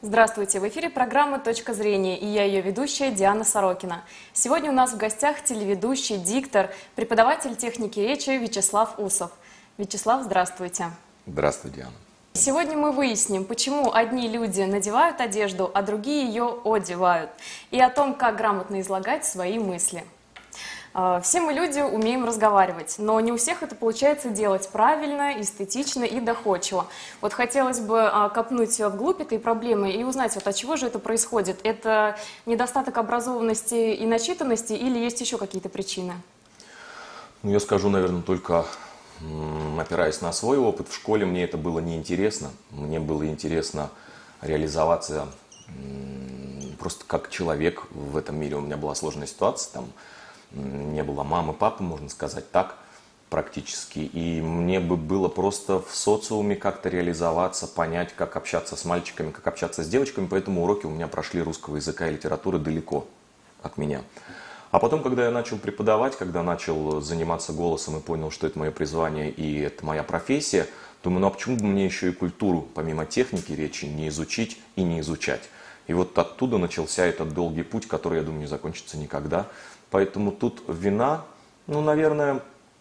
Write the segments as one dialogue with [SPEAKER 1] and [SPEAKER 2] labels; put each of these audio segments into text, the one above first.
[SPEAKER 1] Здравствуйте! В эфире программа «Точка зрения» и я ее ведущая Диана Сорокина. Сегодня у нас в гостях телеведущий, диктор, преподаватель техники речи Вячеслав Усов. Вячеслав, здравствуйте!
[SPEAKER 2] Здравствуй, Диана.
[SPEAKER 1] Сегодня мы выясним, почему одни люди надевают одежду, а другие ее одевают, и о том, как грамотно излагать свои мысли. Все мы люди умеем разговаривать, но не у всех это получается делать правильно, эстетично и доходчиво. Вот хотелось бы копнуть вглубь этой проблемы и узнать, вот от чего же это происходит. Это недостаток образованности и начитанности или есть еще какие-то причины?
[SPEAKER 2] Ну, я скажу, наверное, только опираясь на свой опыт. В школе мне это было неинтересно. Мне было интересно реализоваться просто как человек в этом мире. У меня была сложная ситуация, там не было мамы, папы, можно сказать так, практически. И мне бы было просто в социуме как-то реализоваться, понять, как общаться с мальчиками, как общаться с девочками. Поэтому уроки у меня прошли русского языка и литературы далеко от меня. А потом, когда я начал преподавать, когда начал заниматься голосом и понял, что это мое призвание и это моя профессия, думаю, ну а почему бы мне еще и культуру, помимо техники речи, не изучить и не изучать? И вот оттуда начался этот долгий путь, который, я думаю, не закончится никогда. Поэтому тут вина, ну, наверное,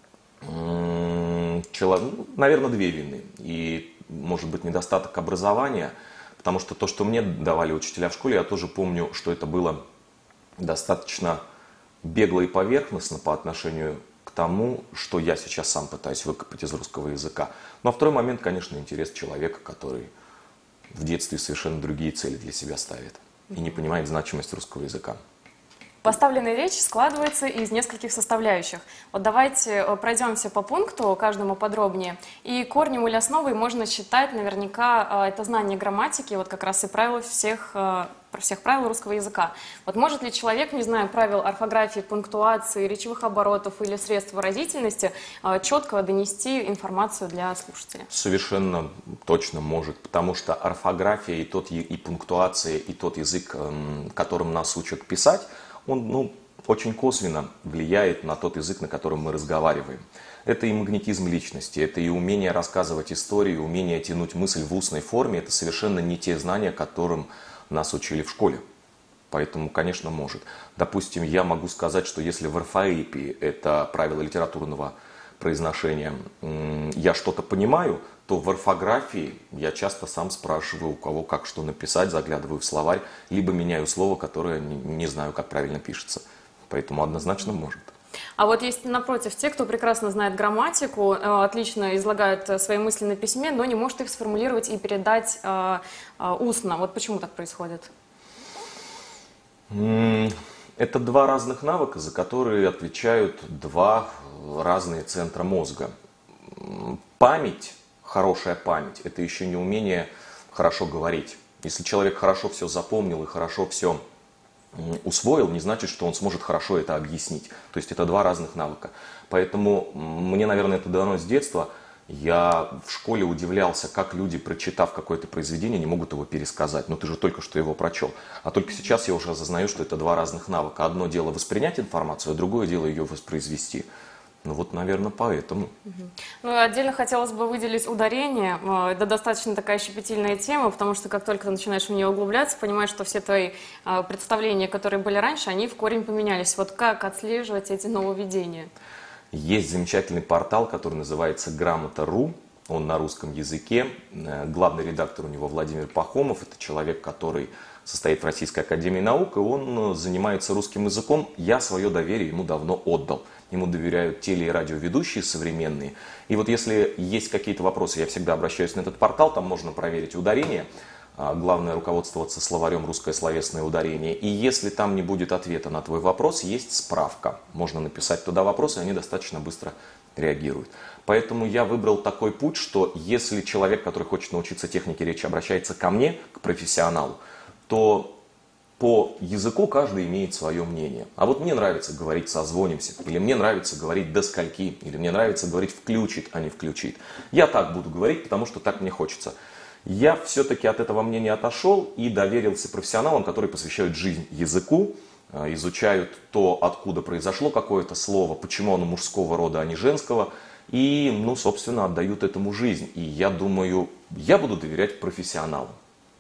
[SPEAKER 2] две вины. И, может быть, недостаток образования, потому что то, что мне давали учителя в школе, я тоже помню, что это было достаточно бегло и поверхностно по отношению к тому, что я сейчас сам пытаюсь выкопать из русского языка. Ну, а второй момент, конечно, интерес человека, который в детстве совершенно другие цели для себя ставит и не понимает значимость русского языка.
[SPEAKER 1] Поставленная речь складывается из нескольких составляющих. Вот давайте пройдемся по пункту, каждому подробнее. И корнем или основой можно считать наверняка это знание грамматики, вот как раз и правил всех правил русского языка. Вот может ли человек, не зная правил орфографии, пунктуации, речевых оборотов или средств выразительности, четко донести информацию для слушателя?
[SPEAKER 2] Совершенно точно может, потому что орфография и пунктуация, и тот язык, которым нас учат писать, он очень косвенно влияет на тот язык, на котором мы разговариваем. Это и магнетизм личности, это и умение рассказывать истории, умение тянуть мысль в устной форме. Это совершенно не те знания, которым нас учили в школе. Поэтому, конечно, может. Допустим, я могу сказать, что если в орфоэпии, это правило литературного произношения, я что-то понимаю, то в орфографии я часто сам спрашиваю, у кого как что написать, заглядываю в словарь, либо меняю слово, которое не знаю, как правильно пишется. Поэтому однозначно может.
[SPEAKER 1] А вот есть, напротив, те, кто прекрасно знает грамматику, отлично излагают свои мысли на письме, но не может их сформулировать и передать устно. Вот почему так происходит?
[SPEAKER 2] Это два разных навыка, за которые отвечают два разные центра мозга. Память, хорошая память, это еще не умение хорошо говорить. Если человек хорошо все запомнил и хорошо все усвоил, не значит, что он сможет хорошо это объяснить. То есть это два разных навыка. Поэтому мне, наверное, это дано с детства. Я в школе удивлялся, как люди, прочитав какое-то произведение, не могут его пересказать. Ну ты же только что его прочел. А только сейчас я уже осознаю, что это два разных навыка. Одно дело воспринять информацию, а другое дело ее воспроизвести. Ну вот, наверное, поэтому.
[SPEAKER 1] Ну, отдельно хотелось бы выделить ударение. Это достаточно такая щепетильная тема, потому что как только ты начинаешь в нее углубляться, понимаешь, что все твои представления, которые были раньше, они в корень поменялись. Вот как отслеживать эти нововведения?
[SPEAKER 2] Есть замечательный портал, который называется «Грамота.ру». Он на русском языке. Главный редактор у него Владимир Пахомов. Это человек, который состоит в Российской академии наук, и он занимается русским языком. Я свое доверие ему давно отдал. Ему доверяют теле- и радиоведущие современные. И вот если есть какие-то вопросы, я всегда обращаюсь на этот портал, там можно проверить ударение. Главное руководствоваться словарем «Русское словесное ударение». И если там не будет ответа на твой вопрос, есть справка. Можно написать туда вопрос, и они достаточно быстро реагируют. Поэтому я выбрал такой путь, что если человек, который хочет научиться технике речи, обращается ко мне, к профессионалу, то по языку каждый имеет свое мнение. А вот мне нравится говорить «созвонимся», или мне нравится говорить «до скольки», или мне нравится говорить «включит», а не «включит». Я так буду говорить, потому что так мне хочется. Я все-таки от этого мнения отошел и доверился профессионалам, которые посвящают жизнь языку, изучают то, откуда произошло какое-то слово, почему оно мужского рода, а не женского, и, собственно, отдают этому жизнь. И я думаю, я буду доверять профессионалам.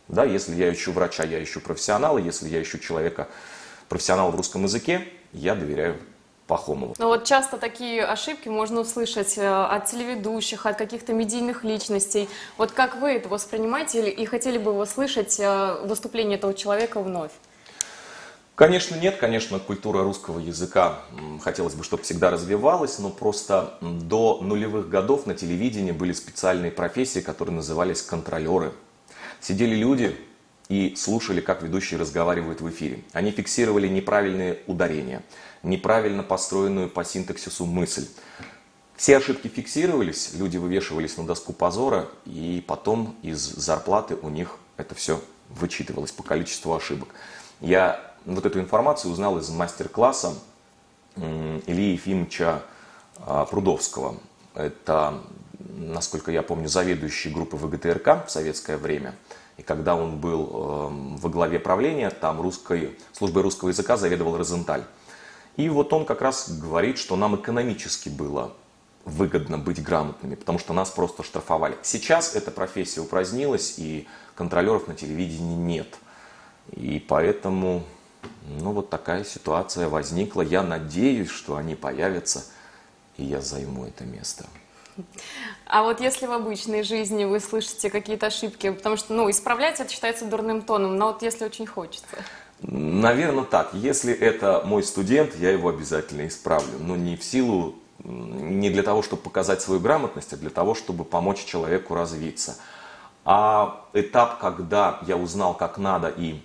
[SPEAKER 2] Да, если я ищу врача, я ищу профессионала, если я ищу человека, профессионала в русском языке, я доверяю Пахомову.
[SPEAKER 1] Но вот часто такие ошибки можно услышать от телеведущих, от каких-то медийных личностей. Вот как вы это воспринимаете и хотели бы вы слышать выступление этого человека вновь?
[SPEAKER 2] Конечно, нет. Конечно, культура русского языка хотелось бы, чтобы всегда развивалась, но просто до нулевых годов на телевидении были специальные профессии, которые назывались контролеры. Сидели люди и слушали, как ведущие разговаривают в эфире. Они фиксировали неправильные ударения, неправильно построенную по синтаксису мысль. Все ошибки фиксировались, люди вывешивались на доску позора, и потом из зарплаты у них это все вычитывалось по количеству ошибок. Я вот эту информацию узнал из мастер-класса Ильи Ефимовича Прудовского. Это, насколько я помню, заведующий группы ВГТРК в советское время. И когда он был во главе правления, там службой русского языка заведовал Розенталь. И вот он как раз говорит, что нам экономически было выгодно быть грамотными, потому что нас просто штрафовали. Сейчас эта профессия упразднилась, и контролеров на телевидении нет. И поэтому, вот такая ситуация возникла. Я надеюсь, что они появятся, и я займу это место.
[SPEAKER 1] А вот если в обычной жизни вы слышите какие-то ошибки, потому что, исправлять это считается дурным тоном, но вот если очень хочется.
[SPEAKER 2] Наверное, так. Если это мой студент, я его обязательно исправлю. Но не для того, чтобы показать свою грамотность, а для того, чтобы помочь человеку развиться. А этап, когда я узнал, как надо, и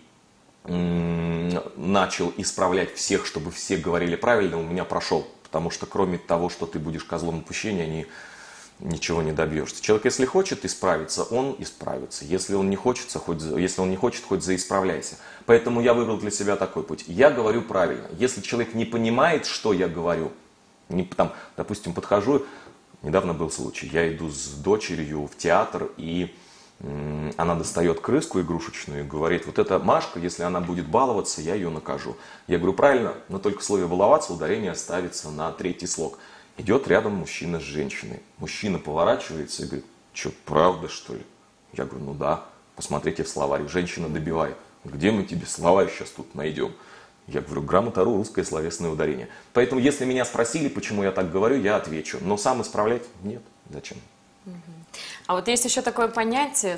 [SPEAKER 2] начал исправлять всех, чтобы все говорили правильно, у меня прошел. Потому что кроме того, что ты будешь козлом отпущения, ничего не добьешься. Человек, если хочет исправиться, он исправится. Если он не хочет, хоть заисправляйся. Поэтому я выбрал для себя такой путь. Я говорю правильно. Если человек не понимает, что я говорю, допустим, подхожу, недавно был случай, я иду с дочерью в театр, и она достает крыску игрушечную и говорит: вот эта Машка, если она будет баловаться, я ее накажу. Я говорю: правильно, но только в слове баловаться ударение ставится на третий слог. Идет рядом мужчина с женщиной. Мужчина поворачивается и говорит: что, правда, что ли? Я говорю: ну да, посмотрите в словарь. Женщина добивает: где мы тебе словарь сейчас тут найдем? Я говорю: грамота.ру, русское словесное ударение. Поэтому, если меня спросили, почему я так говорю, я отвечу. Но сам исправлять нет. Зачем?
[SPEAKER 1] А вот есть еще такое понятие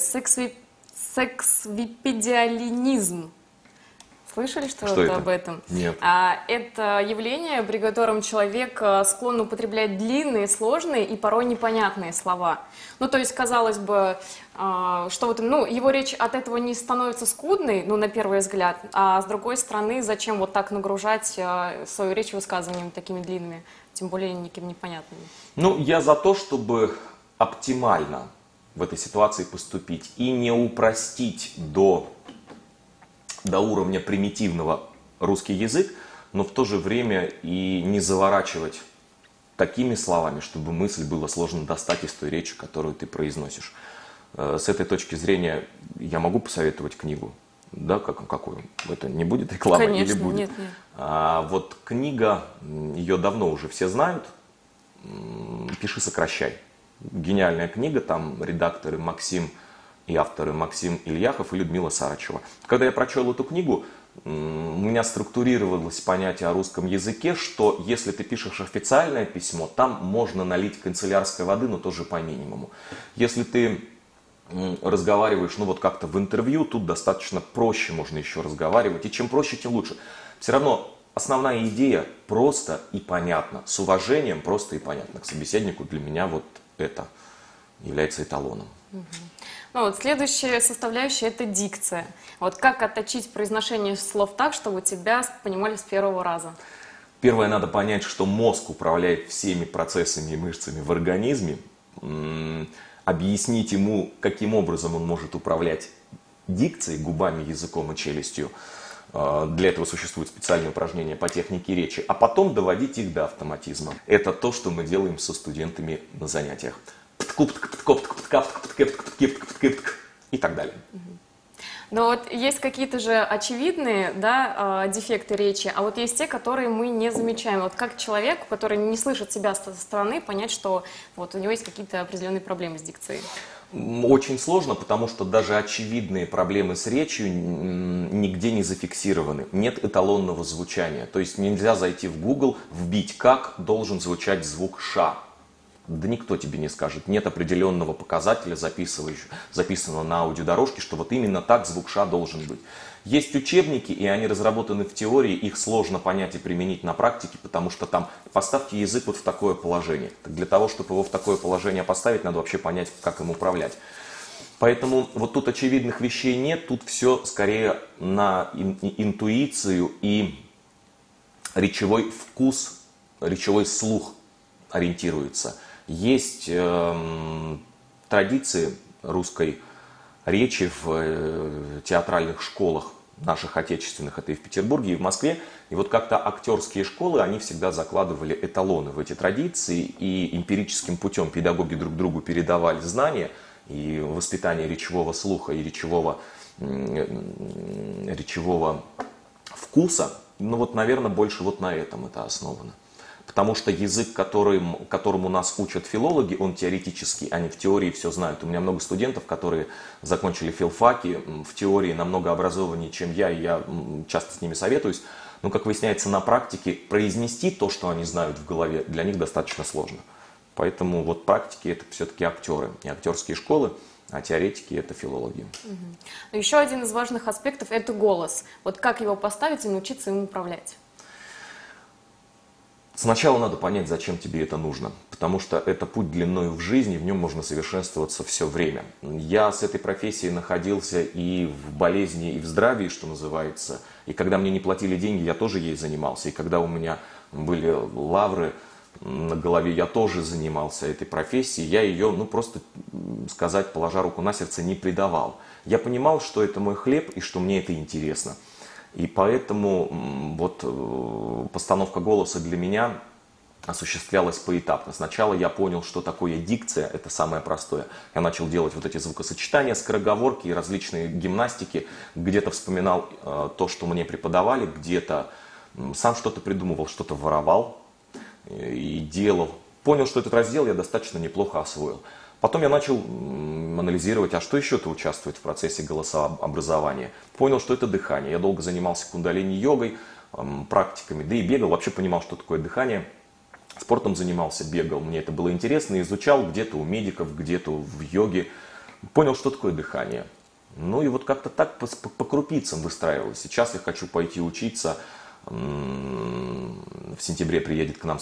[SPEAKER 1] сексвипедиалинизм. Слышали что-то об этом?
[SPEAKER 2] Нет.
[SPEAKER 1] Это явление, при котором человек склонен употреблять длинные, сложные и порой непонятные слова. То есть, казалось бы, что его речь от этого не становится скудной, на первый взгляд, а с другой стороны, зачем вот так нагружать свою речь высказываниями такими длинными, тем более никем непонятными?
[SPEAKER 2] Я за то, чтобы оптимально в этой ситуации поступить и не упростить до уровня примитивного русский язык, но в то же время и не заворачивать такими словами, чтобы мысль было сложно достать из той речи, которую ты произносишь. С этой точки зрения я могу посоветовать книгу. Да, какую? Это не будет реклама?
[SPEAKER 1] Конечно,
[SPEAKER 2] или будет?
[SPEAKER 1] Нет.
[SPEAKER 2] Вот книга, ее давно уже все знают. «Пиши, сокращай». Гениальная книга, там редакторы Максим и авторы Максим Ильяхов и Людмила Сарычева. Когда я прочел эту книгу, у меня структурировалось понятие о русском языке, что если ты пишешь официальное письмо, там можно налить канцелярской воды, но тоже по минимуму. Если ты разговариваешь, как-то в интервью, тут достаточно проще можно еще разговаривать. И чем проще, тем лучше. Все равно основная идея просто и понятно. С уважением просто и понятно к собеседнику. Для меня вот это является эталоном.
[SPEAKER 1] Следующая составляющая – это дикция. Вот как отточить произношение слов так, чтобы тебя понимали с первого раза?
[SPEAKER 2] Первое, надо понять, что мозг управляет всеми процессами и мышцами в организме. Объяснить ему, каким образом он может управлять дикцией, губами, языком и челюстью. Для этого существуют специальные упражнения по технике речи. А потом доводить их до автоматизма. Это то, что мы делаем со студентами на занятиях. И так далее.
[SPEAKER 1] Но вот есть какие-то же очевидные дефекты речи, а вот есть те, которые мы не замечаем. Вот как человек, который не слышит себя со стороны, понять, что вот у него есть какие-то определенные проблемы с дикцией?
[SPEAKER 2] Очень сложно, потому что даже очевидные проблемы с речью нигде не зафиксированы. Нет эталонного звучания. То есть нельзя зайти в Google, вбить, как должен звучать звук «ша». Да никто тебе не скажет. Нет определенного показателя, записанного на аудиодорожке, что вот именно так звук «ша» должен быть. Есть учебники, и они разработаны в теории, их сложно понять и применить на практике, потому что там поставьте язык вот в такое положение. Так для того, чтобы его в такое положение поставить, надо вообще понять, как им управлять. Поэтому вот тут очевидных вещей нет, тут все скорее на интуицию и речевой вкус, речевой слух ориентируется. Есть традиции русской речи в театральных школах наших отечественных, это и в Петербурге, и в Москве. И вот как-то актерские школы, они всегда закладывали эталоны в эти традиции, и эмпирическим путем педагоги друг другу передавали знания, и воспитание речевого слуха, и речевого вкуса, ну вот, наверное, больше вот на этом это основано. Потому что язык, которому нас учат филологи, он теоретический, они в теории все знают. У меня много студентов, которые закончили филфаки, в теории намного образованнее, чем я, и я часто с ними советуюсь. Но, как выясняется на практике, произнести то, что они знают в голове, для них достаточно сложно. Поэтому вот практики — это все-таки актеры, не актерские школы, а теоретики — это филологи.
[SPEAKER 1] Угу. Еще один из важных аспектов — это голос. Вот как его поставить и научиться им управлять?
[SPEAKER 2] Сначала надо понять, зачем тебе это нужно, потому что это путь длиною в жизни, в нем можно совершенствоваться все время. Я с этой профессией находился и в болезни, и в здравии, что называется. И когда мне не платили деньги, я тоже ей занимался. И когда у меня были лавры на голове, я тоже занимался этой профессией. Я ее, просто сказать, положа руку на сердце, не предавал. Я понимал, что это мой хлеб и что мне это интересно. И поэтому вот постановка голоса для меня осуществлялась поэтапно. Сначала я понял, что такое дикция, это самое простое. Я начал делать вот эти звукосочетания, скороговорки и различные гимнастики. Где-то вспоминал то, что мне преподавали, где-то сам что-то придумывал, что-то воровал и делал. Понял, что этот раздел я достаточно неплохо освоил. Потом я начал анализировать, а что еще-то участвует в процессе голосообразования. Понял, что это дыхание. Я долго занимался кундалини-йогой, практиками, да и бегал. Вообще понимал, что такое дыхание. Спортом занимался, бегал. Мне это было интересно. Изучал где-то у медиков, где-то в йоге. Понял, что такое дыхание. Ну и вот как-то так по крупицам выстраивалось. Сейчас я хочу пойти учиться. В сентябре приедет к нам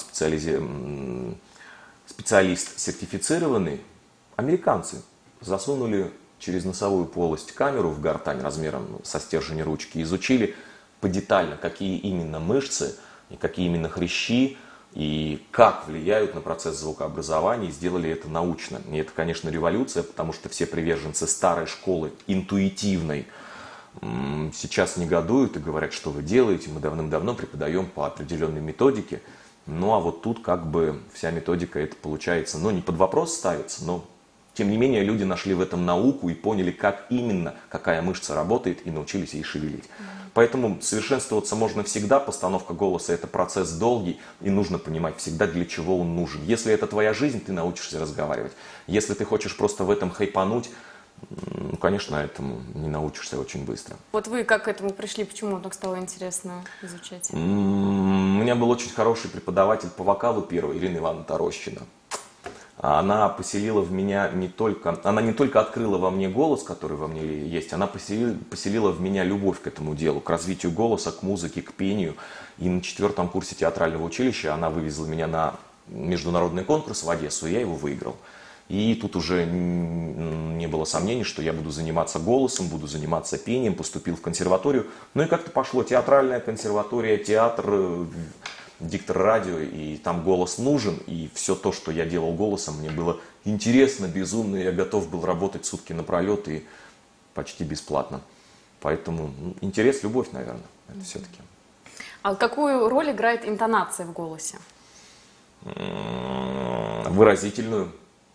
[SPEAKER 2] специалист сертифицированный. Американцы засунули через носовую полость камеру в гортань размером со стержень ручки, изучили подетально, какие именно мышцы и какие именно хрящи и как влияют на процесс звукообразования, и сделали это научно. И это, конечно, революция, потому что все приверженцы старой школы, интуитивной, сейчас негодуют и говорят, что вы делаете, мы давным-давно преподаем по определенной методике. Ну а вот тут как бы вся методика это получается, не под вопрос ставится, но тем не менее люди нашли в этом науку и поняли, как именно, какая мышца работает, и научились ей шевелить. Поэтому совершенствоваться можно всегда, постановка голоса это процесс долгий, и нужно понимать всегда, для чего он нужен. Если это твоя жизнь, ты научишься разговаривать. Если ты хочешь просто в этом хайпануть, конечно, этому не научишься очень быстро.
[SPEAKER 1] Вот вы как к этому пришли, почему так стало интересно изучать?
[SPEAKER 2] У меня был очень хороший преподаватель по вокалу первый, Ирина Ивановна Тарощина. Она поселила в меня она не только открыла во мне голос, который во мне есть, она поселила в меня любовь к этому делу, к развитию голоса, к музыке, к пению. И на 4-м курсе театрального училища она вывезла меня на международный конкурс в Одессу, и я его выиграл. И тут уже не было сомнений, что я буду заниматься голосом, буду заниматься пением, поступил в консерваторию. Ну и как-то пошло театральная консерватория, театр, диктор радио, и там голос нужен. И все то, что я делал голосом, мне было интересно, безумно. Я готов был работать сутки напролет и почти бесплатно. Поэтому интерес, любовь, наверное, это все-таки.
[SPEAKER 1] А какую роль играет интонация в голосе?
[SPEAKER 2] Выразительную.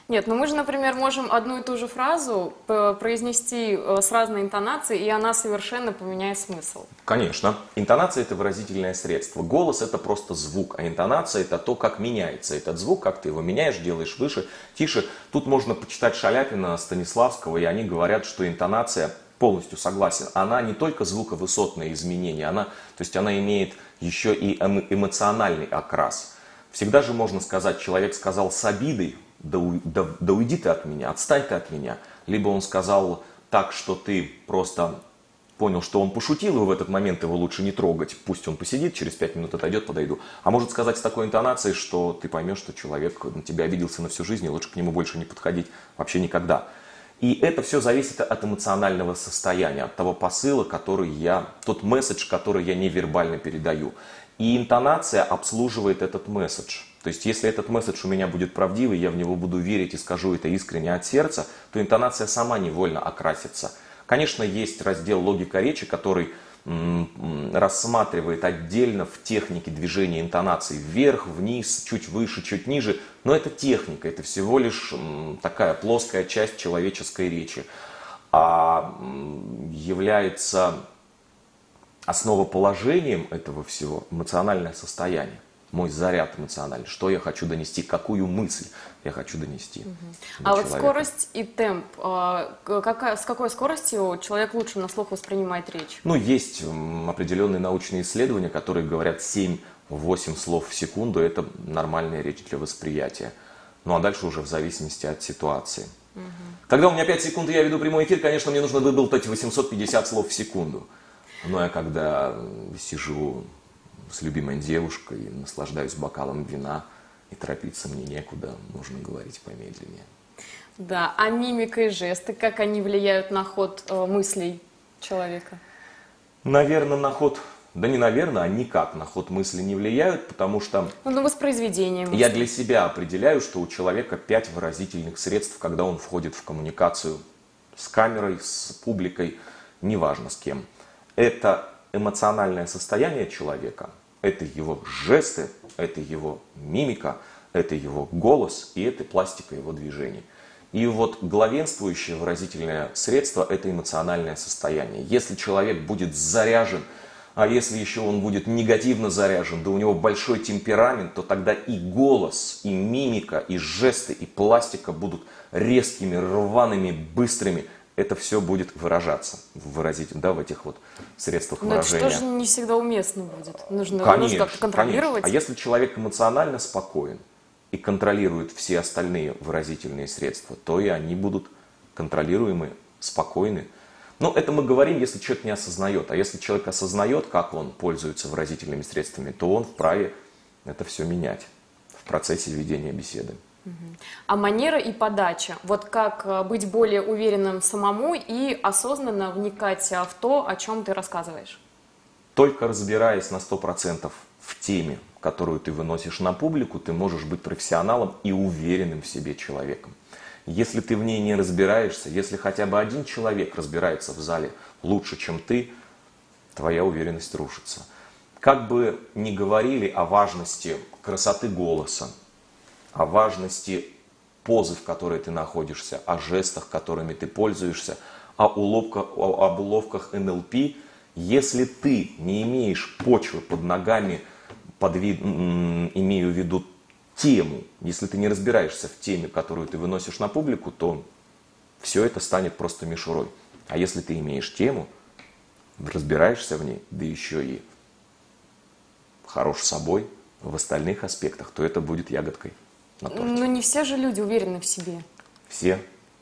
[SPEAKER 1] Нет, ну мы же, например, можем одну и ту же фразу произнести с разной интонацией, и она совершенно поменяет смысл.
[SPEAKER 2] Конечно. Интонация – это выразительное средство. Голос – это просто звук, а интонация – это то, как меняется этот звук, как ты его меняешь, делаешь выше, тише. Тут можно почитать Шаляпина, Станиславского, и они говорят, что интонация, полностью согласен, она не только звуковысотное изменение, то есть она имеет еще и эмоциональный окрас. Всегда же можно сказать, человек сказал с обидой: да уйди ты от меня, отстань ты от меня. Либо он сказал так, что ты просто понял, что он пошутил, и в этот момент его лучше не трогать. Пусть он посидит, через 5 минут отойдет, подойду. А может сказать с такой интонацией, что ты поймешь, что человек на тебя обиделся на всю жизнь, и лучше к нему больше не подходить вообще никогда. И это все зависит от эмоционального состояния, от того посыла, тот месседж, который я невербально передаю. И интонация обслуживает этот месседж. То есть, если этот месседж у меня будет правдивый, я в него буду верить и скажу это искренне от сердца, то интонация сама невольно окрасится. Конечно, есть раздел «Логика речи», который рассматривает отдельно в технике движения интонации вверх, вниз, чуть выше, чуть ниже. Но это техника, это всего лишь такая плоская часть человеческой речи. А является основоположением этого всего эмоциональное состояние. Мой заряд эмоциональный, что я хочу донести, какую мысль я хочу донести.
[SPEAKER 1] А вот скорость и темп, с какой скоростью человек лучше на слух воспринимает речь?
[SPEAKER 2] Ну, есть определенные научные исследования, которые говорят 7-8 слов в секунду, это нормальная речь для восприятия. Ну, а дальше уже в зависимости от ситуации. Когда у меня 5 секунд и я веду прямой эфир, конечно, мне нужно выболтать 850 слов в секунду. Но я когда сижу с любимой девушкой, наслаждаюсь бокалом вина, и торопиться мне некуда, нужно говорить помедленнее.
[SPEAKER 1] Да, а мимика и жесты, как они влияют на ход мыслей человека?
[SPEAKER 2] Наверное, никак на ход мысли не влияют, потому что
[SPEAKER 1] на воспроизведение мысли.
[SPEAKER 2] Я для себя определяю, что у человека 5 выразительных средств, когда он входит в коммуникацию с камерой, с публикой, неважно с кем. Это эмоциональное состояние человека, это его жесты, это его мимика, это его голос и это пластика его движений. И вот главенствующее выразительное средство – это эмоциональное состояние. Если человек будет заряжен, а если еще он будет негативно заряжен, да у него большой темперамент, то тогда и голос, и мимика, и жесты, и пластика будут резкими, рваными, быстрыми. Это все будет выражаться в этих вот средствах выражения.
[SPEAKER 1] Но это тоже не всегда уместно будет. Нужно как-то контролировать.
[SPEAKER 2] Конечно. А если человек эмоционально спокоен и контролирует все остальные выразительные средства, то и они будут контролируемы, спокойны. Но это мы говорим, если человек не осознает. А если человек осознает, как он пользуется выразительными средствами, то он вправе это все менять в процессе ведения беседы.
[SPEAKER 1] А манера и подача, вот как быть более уверенным самому и осознанно вникать в то, о чем ты рассказываешь?
[SPEAKER 2] Только разбираясь на 100% в теме, которую ты выносишь на публику, ты можешь быть профессионалом и уверенным в себе человеком. Если ты в ней не разбираешься, если хотя бы один человек разбирается в зале лучше, чем ты, твоя уверенность рушится. Как бы ни говорили о важности красоты голоса, о важности позы, в которой ты находишься, о жестах, которыми ты пользуешься, об уловках НЛП. Если ты не имеешь почвы под ногами, имею в виду тему, если ты не разбираешься в теме, которую ты выносишь на публику, то все это станет просто мишурой. А если ты имеешь тему, разбираешься в ней, да еще и хорош собой в остальных аспектах, то это будет ягодкой на торте.
[SPEAKER 1] Но не все же люди уверены в себе.
[SPEAKER 2] Все.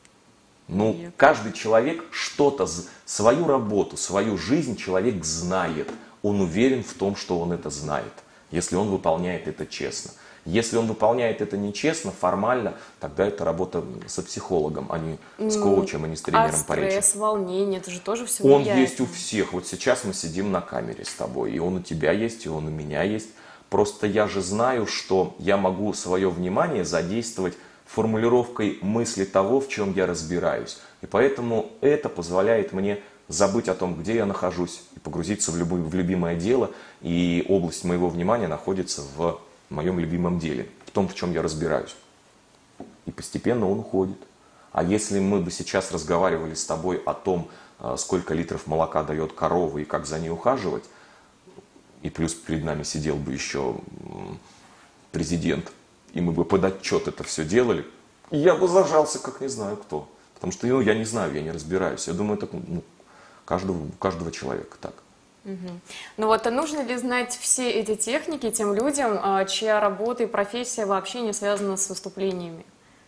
[SPEAKER 2] Каждый человек что-то, свою работу, свою жизнь человек знает. Он уверен в том, что он это знает, если он выполняет это честно. Если он выполняет это нечестно, формально, тогда это работа со психологом, а не с коучем, а не с тренером по речи.
[SPEAKER 1] Стресс, волнение, это же тоже все
[SPEAKER 2] влияет.
[SPEAKER 1] влияет.
[SPEAKER 2] Он есть у всех. Вот сейчас мы сидим на камере с тобой, и он у тебя есть, и он у меня есть. Просто я же знаю, что я могу свое внимание задействовать формулировкой мысли того, в чем я разбираюсь. И поэтому это позволяет мне забыть о том, где я нахожусь, и погрузиться в любимое дело. И область моего внимания находится в моем любимом деле, в том, в чем я разбираюсь. И постепенно он уходит. А если мы бы сейчас разговаривали с тобой о том, сколько литров молока дает корова и как за ней ухаживать, и плюс перед нами сидел бы еще президент, и мы бы под отчет это все делали, я бы зажался, как не знаю кто. Потому что я не знаю, я не разбираюсь. Я думаю, это у каждого человека так.
[SPEAKER 1] Ну вот, а нужно ли знать все эти техники тем людям, чья работа и профессия вообще не связана с выступлениями?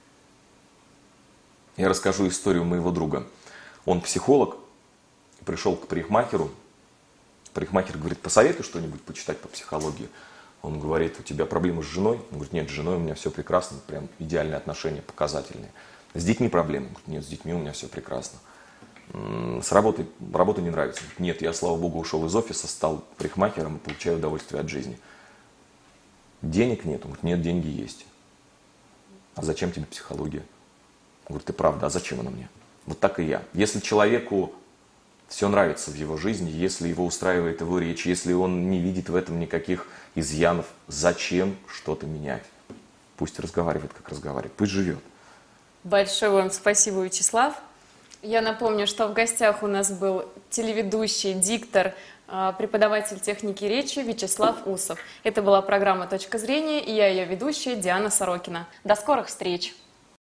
[SPEAKER 2] Я расскажу историю моего друга. Он психолог, пришел к парикмахеру. Парикмахер говорит, посоветуй что-нибудь почитать по психологии. Он говорит, у тебя проблемы с женой? Он говорит, нет, с женой у меня все прекрасно, прям идеальные отношения, показательные. С детьми проблемы? Он говорит, нет, с детьми у меня все прекрасно. С работой, работа не нравится? Говорит, нет, я, слава богу, ушел из офиса, стал парикмахером и получаю удовольствие от жизни. Денег нет? Он говорит, нет, деньги есть. А зачем тебе психология? Он говорит, ты правда, а зачем она мне? Вот так и я. Если человеку все нравится в его жизни, если его устраивает его речь, если он не видит в этом никаких изъянов, зачем что-то менять? Пусть разговаривает, как разговаривает, пусть живет.
[SPEAKER 1] Большое вам спасибо, Вячеслав. Я напомню, что в гостях у нас был телеведущий, диктор, преподаватель техники речи Вячеслав Усов. Это была программа «Точка зрения» и я ее ведущая Диана Сорокина. До скорых встреч!